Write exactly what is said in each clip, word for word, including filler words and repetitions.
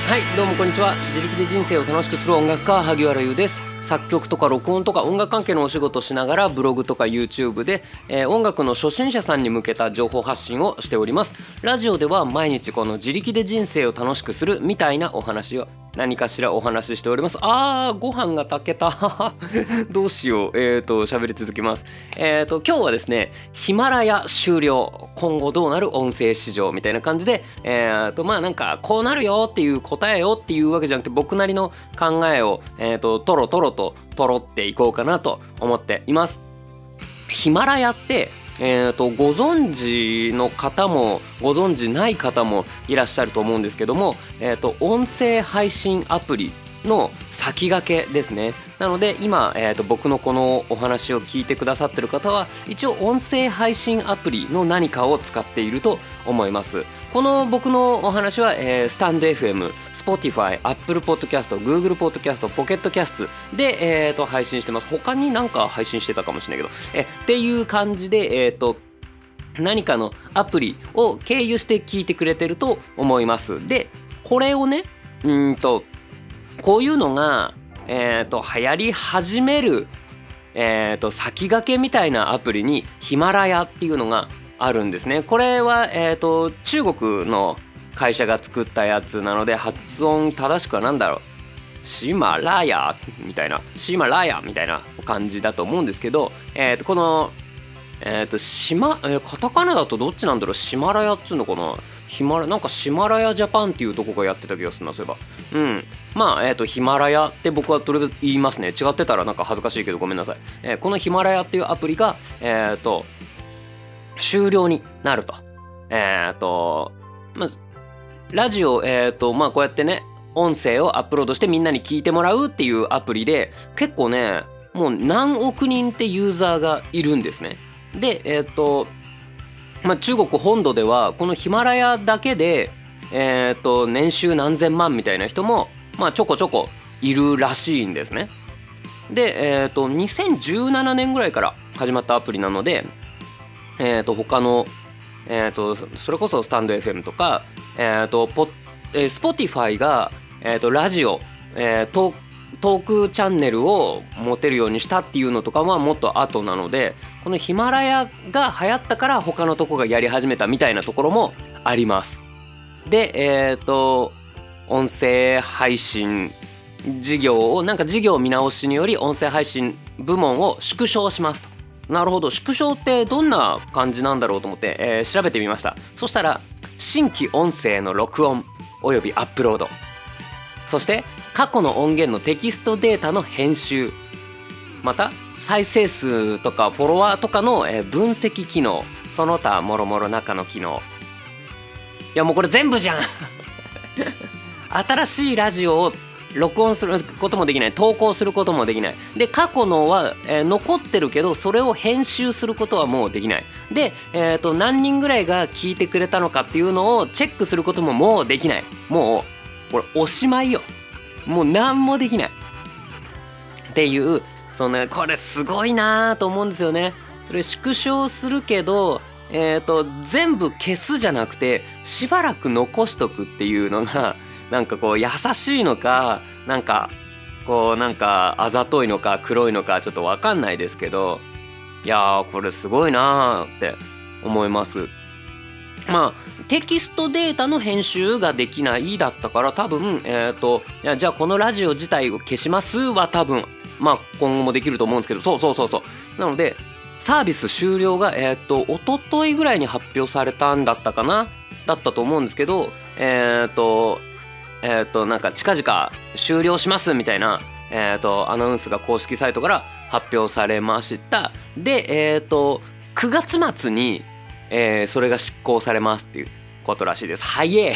はい、どうもこんにちは。自力で人生を楽しくする音楽家萩原優です。作曲とか録音とか音楽関係のお仕事をしながらブログとか YouTube で、えー、音楽の初心者さんに向けた情報発信をしております。ラジオでは毎日この自力で人生を楽しくするみたいなお話を何かしらお話ししております。あー、ご飯が炊けたどうしよう。えーと喋り続けます。えーと今日はですね、ヒマラヤ終了、今後どうなる音声市場みたいな感じで、えーとまあなんかこうなるよっていう答えをっていうわけじゃなくて、僕なりの考えをえーとトロトロととろっていこうかなと思っています。ヒマラヤってえー、とご存知の方もご存知ない方もいらっしゃると思うんですけども、えー、と音声配信アプリの先駆けですね。なので今、えー、と僕のこのお話を聞いてくださってる方は一応音声配信アプリの何かを使っていると思います。この僕のお話は、えー、スタンド エフエム、Spotify、Apple Podcast、Google Podcast、Pocket Cast で、えー、と配信してます。他になんか配信してたかもしれないけど、えっていう感じで、えー、と何かのアプリを経由して聞いてくれてると思います。で、これをね、うーんとこういうのが、えー、と流行り始める、えー、と先駆けみたいなアプリにヒマラヤっていうのがあるんですね。これは、えー、と中国の会社が作ったやつなので、発音正しくはなんだろう、シマラヤみたいなシマラヤみたいな感じだと思うんですけど、えー、とこのえー、とシマ、えー、カタカナだとどっちなんだろう。シマラヤっつうのかな、ヒマラなんかシマラヤジャパンっていうとこがやってた気がするな、そういえば。うんまあえっ、ー、とヒマラヤって僕はとりあえず言いますね。違ってたらなんか恥ずかしいけどごめんなさい。えー、このヒマラヤっていうアプリがえっ、ー、と終了になると。えっ、ー、とまずラジオえっ、ー、とまあこうやってね、音声をアップロードしてみんなに聞いてもらうっていうアプリで、結構ねもう何億人ってユーザーがいるんですね。でえっ、ー、とまあ、中国本土ではこのヒマラヤだけで、えー、と年収何千万みたいな人も、まあ、ちょこちょこいるらしいんですね。で、えー、とにせんじゅうななねんぐらいから始まったアプリなので、えー、と他の、えー、とそれこそスタンド エフエム とか、えー、とポえー、Spotify が、えー、とラジオ、えー、トークトークチャンネルを持てるようにしたっていうのとかはもっと後なので、このヒマラヤが流行ったから他のとこがやり始めたみたいなところもあります。でえっ、ー、と音声配信事業をなんか事業見直しにより音声配信部門を縮小しますと。なるほど、縮小ってどんな感じなんだろうと思って、えー、調べてみました。そしたら新規音声の録音およびアップロード、そして過去の音源のテキストデータの編集、また再生数とかフォロワーとかの分析機能、その他もろもろ中の機能。いやもうこれ全部じゃん新しいラジオを録音することもできない、投稿することもできない。で過去のは、えー、残ってるけどそれを編集することはもうできない。で、えー、と何人ぐらいが聞いてくれたのかっていうのをチェックすることももうできない。もうこれおしまいよ。もう何もできないっていう、そのね、これすごいなと思うんですよね。それ縮小するけど、えー、と全部消すじゃなくてしばらく残しとくっていうのがなんかこう優しいのか、なんかこうなんかあざといのか黒いのかちょっと分かんないですけど、いやーこれすごいなーって思います。まあテキストデータの編集ができないだったから多分えっ、ー、といやじゃあこのラジオ自体を消しますは多分まあ今後もできると思うんですけど、そうそうそうそうなのでサービス終了がえっ、ー、と一昨日ぐらいに発表されたんだったかなだったと思うんですけど、えっ、ー、とえっ、ー、となんか近々終了しますみたいなえっ、ー、とアナウンスが公式サイトから発表されました。でえっ、ー、とくがつ末にえー、それが執行されますっていうことらしいです。早い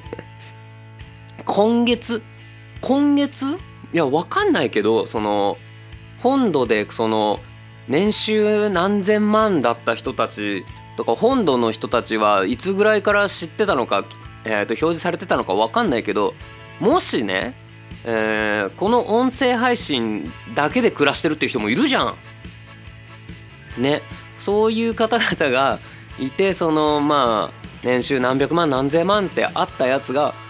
今月今月いやわかんないけど、その本土でその年収何千万だった人たちとか本土の人たちはいつぐらいから知ってたのか、えー、と表示されてたのかわかんないけど、もしね、えー、この音声配信だけで暮らしてるっていう人もいるじゃんね。そういう方々がいて、そのまあ年収何百万何千万ってあったやつが、あ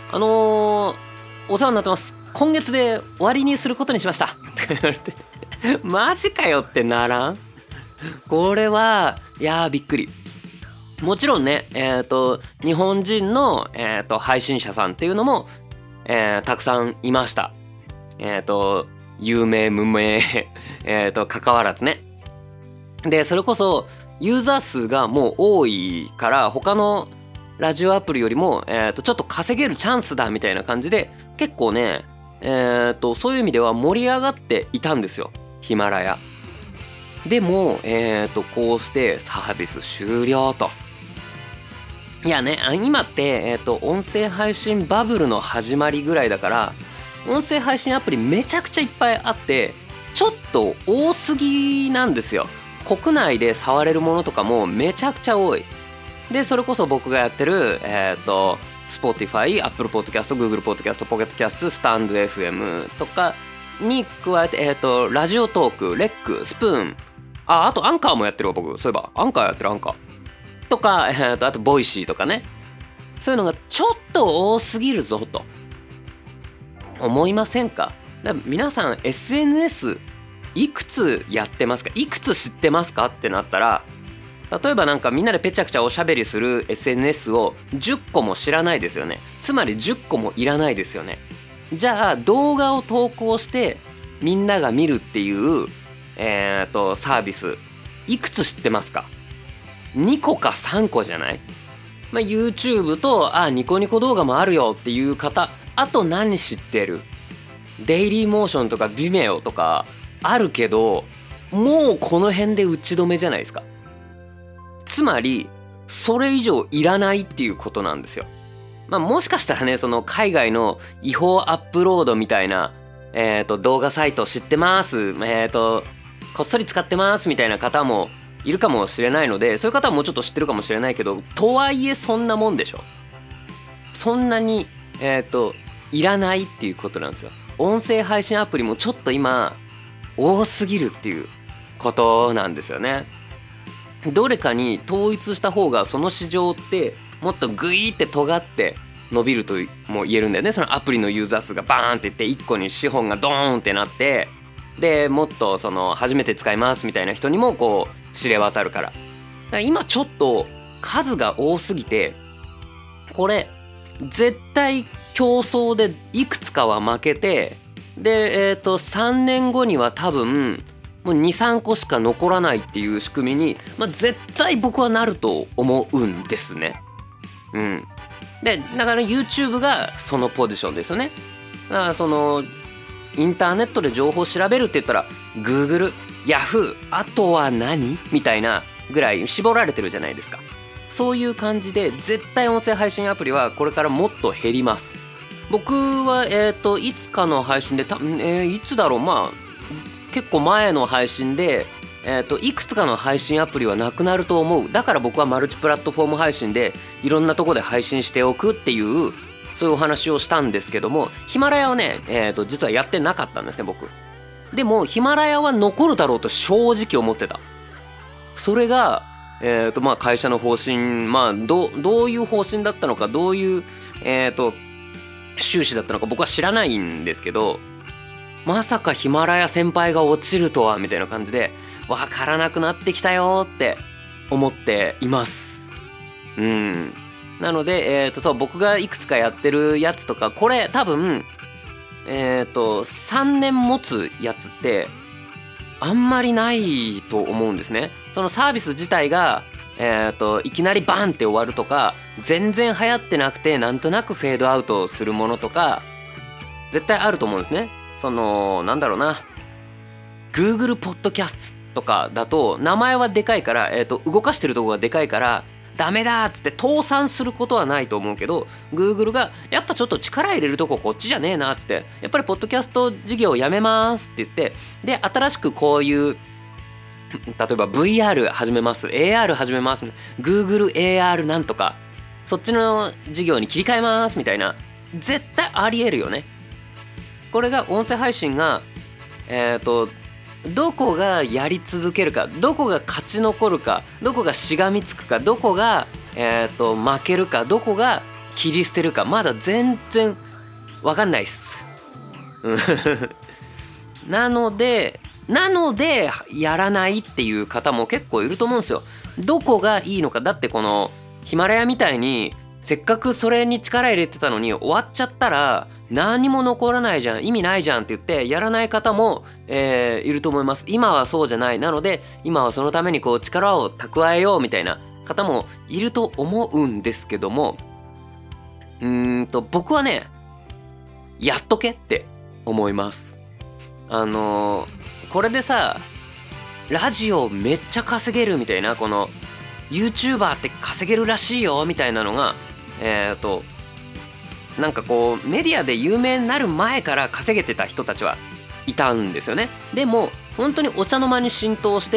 あのー、お世話になってます、今月で終わりにすることにしましたって言われてマジかよってならん？これはいやーびっくり。もちろんね、えーと日本人の、えーと配信者さんっていうのも、えーたくさんいました。えーと有名無名えーと関わらずね。でそれこそユーザー数がもう多いから他のラジオアプリよりも、えーとちょっと稼げるチャンスだみたいな感じで結構ね、えーとそういう意味では盛り上がっていたんですよ、ヒマラヤ。でも、えーとこうしてサービス終了と。いやね、今って、えーと音声配信バブルの始まりぐらいだから、音声配信アプリめちゃくちゃいっぱいあってちょっと多すぎなんですよ。国内で触れるものとかもめちゃくちゃ多い。でそれこそ僕がやってるえっ、ー、と Spotify、Apple Podcast、Google Podcast、Pocket Cast、スタンド エフエム とかに加えて、えっ、ー、とラジオトーク、レック、スプーン、ああとアンカーもやってるわ僕。そういえばアンカーやってるアンカーとか、えー、とあとボイシーとかね、そういうのがちょっと多すぎるぞと思いませんか？だから皆さん エスエヌエス いくつやってますか？いくつ知ってますかってなったら、例えばなんかみんなでペチャクチャおしゃべりする エスエヌエス をじゅっこも知らないですよね。つまりじゅっこもいらないですよね。じゃあ動画を投稿してみんなが見るっていう、えー、とサービスいくつ知ってますか？にこかさんこじゃない？まあ、YouTube とあニコニコ動画もあるよっていう方、あと何知ってる？デイリーモーションとかビメオとかあるけど、もうこの辺で打ち止めじゃないですか。つまりそれ以上いらないっていうことなんですよ。まあ、もしかしたらね、その海外の違法アップロードみたいな、えー、と動画サイト知ってます、えー、とこっそり使ってますみたいな方もいるかもしれないので、そういう方はもうちょっと知ってるかもしれないけど、とはいえそんなもんでしょ。そんなにえっ、ー、といらないっていうことなんですよ。音声配信アプリもちょっと今多すぎるっていうことなんですよね。どれかに統一した方がその市場ってもっとグイーって尖って伸びるとも言えるんだよね。そのアプリのユーザー数がバーンっていっていっこに資本がドーンってなって、でもっとその初めて使いますみたいな人にもこう知れ渡るから。だから今ちょっと数が多すぎて、これ絶対競争でいくつかは負けて、でえっとさんねんごには多分もうにさんこしか残らないっていう仕組みに、まあ、絶対僕はなると思うんですね。うん。でだから YouTube がそのポジションですよね。だからそのインターネットで情報を調べるって言ったら Google、Yahoo、あとは何みたいなぐらい絞られてるじゃないですか。そういう感じで絶対音声配信アプリはこれからもっと減ります。僕はえっといつかの配信でた、えー、いつだろう、まあ結構前の配信で、えーといくつかの配信アプリはなくなると思う。だから僕はマルチプラットフォーム配信でいろんなとこで配信しておくっていうそういうお話をしたんですけども、ヒマラヤはね、えーと実はやってなかったんですね僕。でもヒマラヤは残るだろうと正直思ってた。それがえーとまあ会社の方針、まあどどういう方針だったのか、どういうえーと収支だったのか僕は知らないんですけど、まさかヒマラヤ先輩が落ちるとはみたいな感じで分からなくなってきたよって思っています。うん。なので、えーとそう僕がいくつかやってるやつとか、これ多分えーとさんねん持つやつってあんまりないと思うんですね。そのサービス自体がえーといきなりバンって終わるとか、全然流行ってなくてなんとなくフェードアウトするものとか絶対あると思うんですね。そのなんだろうな Google ポッドキャストとかだと名前はでかいから、えーと動かしてるとこがでかいからダメだっつって倒産することはないと思うけど、 Google がやっぱちょっと力入れるとここっちじゃねえなっつって、やっぱりポッドキャスト事業をやめますって言って、で新しくこういう例えば ブイアール 始めます、 エーアール 始めます、 Google エーアール なんとかそっちの事業に切り替えますみたいな、絶対ありえるよね。これが音声配信がえっとどこがやり続けるか、どこが勝ち残るか、どこがしがみつくか、どこがえっと負けるか、どこが切り捨てるかまだ全然わかんないっすなのでなのでやらないっていう方も結構いると思うんですよ。どこがいいのか。だってこのヒマラヤみたいにせっかくそれに力入れてたのに終わっちゃったら何も残らないじゃん、意味ないじゃんって言ってやらない方も、えー、いると思います。今はそうじゃない。なので今はそのためにこう力を蓄えようみたいな方もいると思うんですけども、うーんと僕はね、やっとけって思います。あのー、これでさ、ラジオめっちゃ稼げるみたいな、この YouTuber って稼げるらしいよみたいなのがえーとなんかこうメディアで有名になる前から稼げてた人たちはいたんですよね。でも本当にお茶の間に浸透して、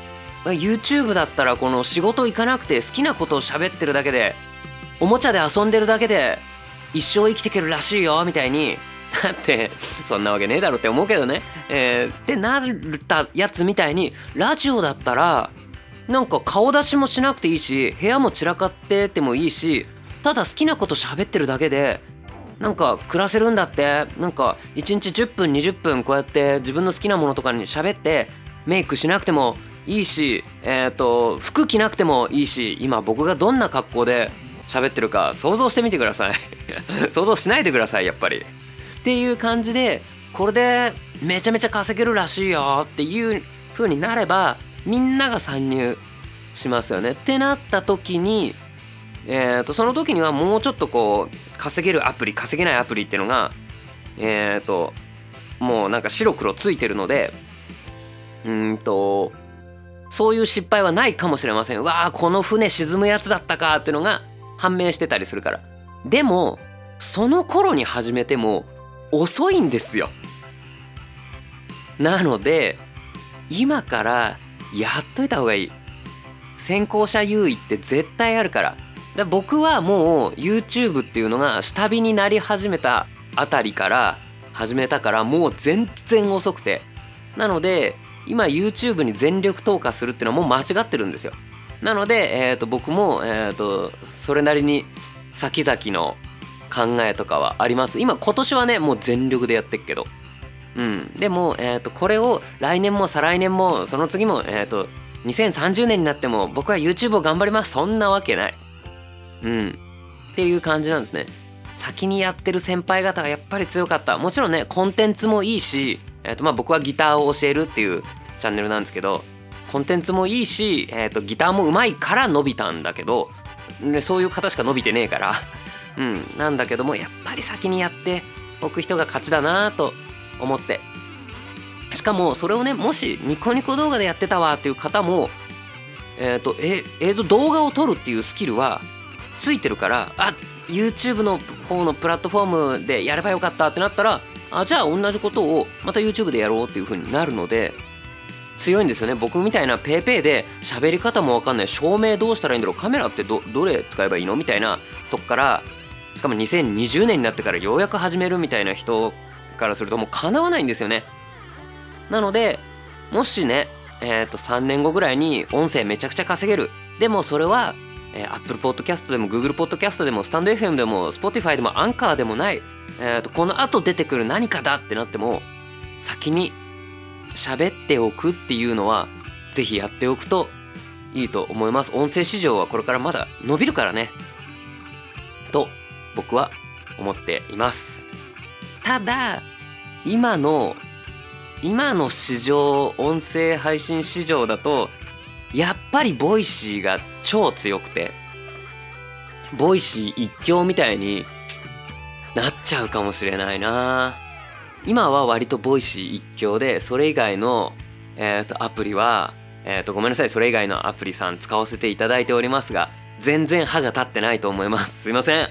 YouTube だったらこの仕事行かなくて好きなことを喋ってるだけで、おもちゃで遊んでるだけで一生生きていけるらしいよみたいにだってそんなわけねえだろって思うけどね、えー、ってなったやつみたいに、ラジオだったらなんか顔出しもしなくていいし、部屋も散らかっててもいいし、ただ好きなこと喋ってるだけでなんか暮らせるんだって。なんかいちにちじゅっぷんにじゅっぷんこうやって自分の好きなものとかに喋ってメイクしなくてもいいし、えーと服着なくてもいいし、今僕がどんな格好で喋ってるか想像してみてください想像しないでくださいやっぱりっていう感じで、これでめちゃめちゃ稼げるらしいよっていう風になればみんなが参入しますよね。ってなった時にえーとその時にはもうちょっとこう稼げるアプリ稼げないアプリっていうのがえーともうなんか白黒ついてるので、うーんとそういう失敗はないかもしれません。うわーこの船沈むやつだったかっていうのが判明してたりするから。でもその頃に始めても遅いんですよ。なので今からやっといた方がいい。先行者優位って絶対あるから。で僕はもう YouTube っていうのが下火になり始めたあたりから始めたから、もう全然遅くて、なので今 YouTube に全力投下するっていうのはもう間違ってるんですよ。なので、えー、と僕も、えー、とそれなりに先々の考えとかはあります。今今年はねもう全力でやってっけど、うん、でも、えー、とこれを来年も再来年もその次も、えー、とにせんさんじゅうねんになっても僕は YouTube を頑張ります。そんなわけない。うんっていう感じなんですね。先にやってる先輩方がやっぱり強かった。もちろんねコンテンツもいいし、えーとまあ、僕はギターを教えるっていうチャンネルなんですけど、コンテンツもいいし、えーとギターも上手いから伸びたんだけど、ね、そういう方しか伸びてねえからうんなんだけども、やっぱり先にやっておく人が勝ちだなと思って、しかもそれをねもしニコニコ動画でやってたわっていう方も、えーとえ映像動画を撮るっていうスキルはついてるから、あ YouTube の方のプラットフォームでやればよかったってなったら、あじゃあ同じことをまた YouTube でやろうっていう風になるので強いんですよね。僕みたいなペーペーで喋り方も分かんない、照明どうしたらいいんだろう、カメラって ど, どれ使えばいいのみたいなとこから、しかもにせんにじゅうねんになってからようやく始めるみたいな人からするともう叶わないんですよね。なのでもしね、えー、とさんねんごぐらいに音声めちゃくちゃ稼げる、でもそれはえー、Apple Podcast でも Google Podcast でもスタンド エフエム でも Spotify でも Anchor でもない、えー、とこの後出てくる何かだってなっても先に喋っておくっていうのはぜひやっておくといいと思います。音声市場はこれからまだ伸びるからねと僕は思っています。ただ今の今の市場、音声配信市場だとやっぱりボイシーが超強くて、ボイシー一強みたいになっちゃうかもしれないな。今は割とボイシー一強で、それ以外の、えー、とアプリは、えー、とごめんなさい、それ以外のアプリさん使わせていただいておりますが、全然歯が立ってないと思います。すいません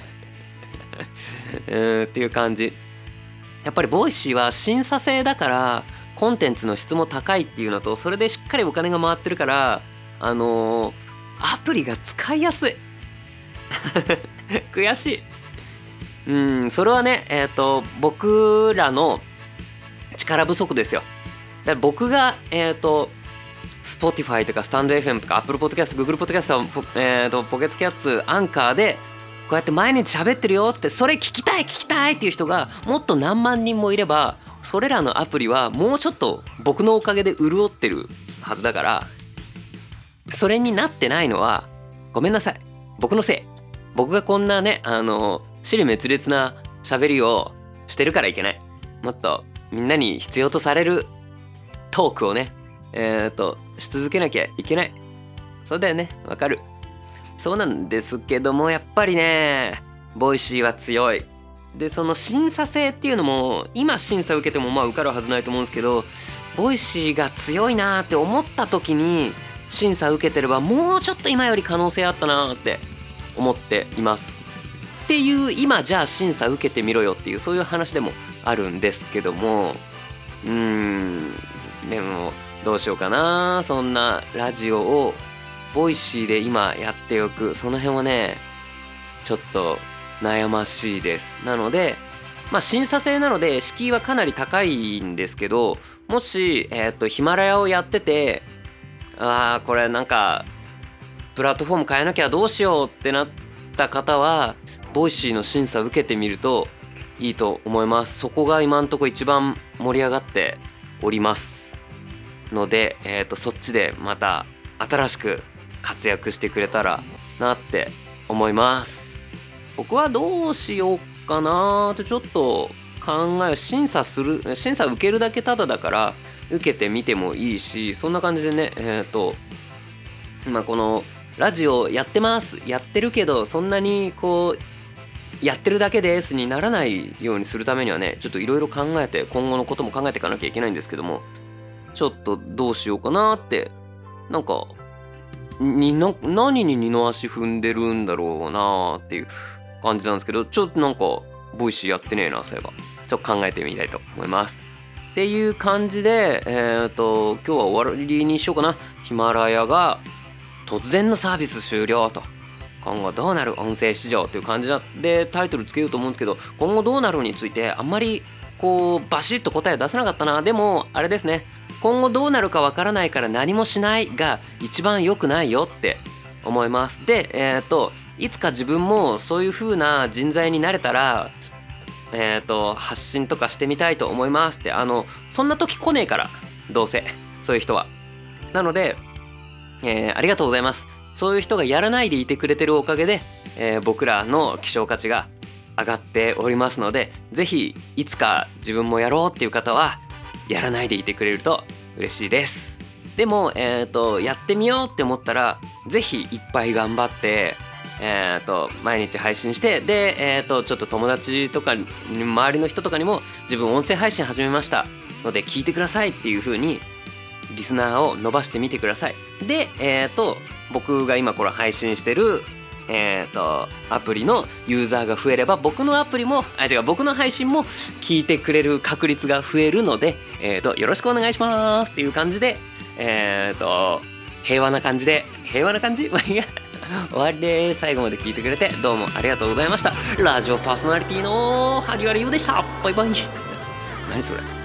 っていう感じ。やっぱりボイシーは審査制だからコンテンツの質も高いっていうのと、それでしっかりお金が回ってるから、あのー、アプリが使いやすい悔しい。うんそれはね、えっと僕らの力不足ですよ。だから僕がえっと Spotify とかスタンド エフエム とか Apple Podcast、Google Podcast、えー、とポケットキャスト、アンカーでこうやって毎日喋ってるよっつって、それ聞きたい聞きたいっていう人がもっと何万人もいれば、それらのアプリはもうちょっと僕のおかげで潤ってるはずだから、それになってないのはごめんなさい、僕のせい。僕がこんなね、あの支離滅裂な喋りをしてるからいけない。もっとみんなに必要とされるトークをね、えー、っとし続けなきゃいけない。そうだよね、わかる。そうなんですけども、やっぱりねボイシーは強い。でその審査制っていうのも、今審査受けてもまあ受かるはずないと思うんですけど、ボイシーが強いなって思った時に審査受けてれば、もうちょっと今より可能性あったなって思っていますっていう、今じゃあ審査受けてみろよっていう、そういう話でもあるんですけども、うーんでもどうしようかな。そんなラジオをボイシーで今やっておく、その辺はねちょっと悩ましいです。なのでまあ審査制なので敷居はかなり高いんですけど、もしえっとヒマラヤをやってて、あーこれなんかプラットフォーム変えなきゃどうしようってなった方は、ボイシーの審査受けてみるといいと思います。そこが今んとこ一番盛り上がっておりますので、えーとそっちでまた新しく活躍してくれたらなって思います。僕はどうしようかなってちょっと考え、審査する審査受けるだけタダだから受けてみてもいいし、そんな感じでね、えっとまあこのラジオやってますやってるけど、そんなにこうやってるだけですにならないようにするためにはね、ちょっといろいろ考えて、今後のことも考えていかなきゃいけないんですけども、ちょっとどうしようかなって、なんかにな何に二の足踏んでるんだろうなっていう感じなんですけど、ちょっとなんかボイシーやってねえな、そういえばちょっと考えてみたいと思いますっていう感じで、えっと今日は終わりにしようかな。ヒマラヤが突然のサービス終了と、今後どうなる音声市場という感じでタイトルつけようと思うんですけど、今後どうなるについてあんまりこうバシッと答え出せなかったな。でもあれですね、今後どうなるかわからないから何もしないが一番良くないよって思います。で、えっといつか自分もそういう風な人材になれたら、えっと発信とかしてみたいと思いますって、あのそんな時来ねえから、どうせそういう人は。なので、えー、ありがとうございます。そういう人がやらないでいてくれてるおかげで、えー、僕らの希少価値が上がっておりますので、ぜひいつか自分もやろうっていう方はやらないでいてくれると嬉しいです。でも、えーと、やってみようって思ったら、ぜひいっぱい頑張って、えーと、毎日配信して、で、えーと、ちょっと友達とか周りの人とかにも、自分音声配信始めましたので聞いてくださいっていう風にリスナーを伸ばしてみてください。で、えーと、僕が今これ配信してるえーとアプリのユーザーが増えれば、僕のアプリもあ違う僕の配信も聞いてくれる確率が増えるので、えーとよろしくお願いしますっていう感じで、えーと平和な感じで平和な感じまあいいや終わりでーす。最後まで聞いてくれてどうもありがとうございました。ラジオパーソナリティの萩原優でした。バイバイ。何それ。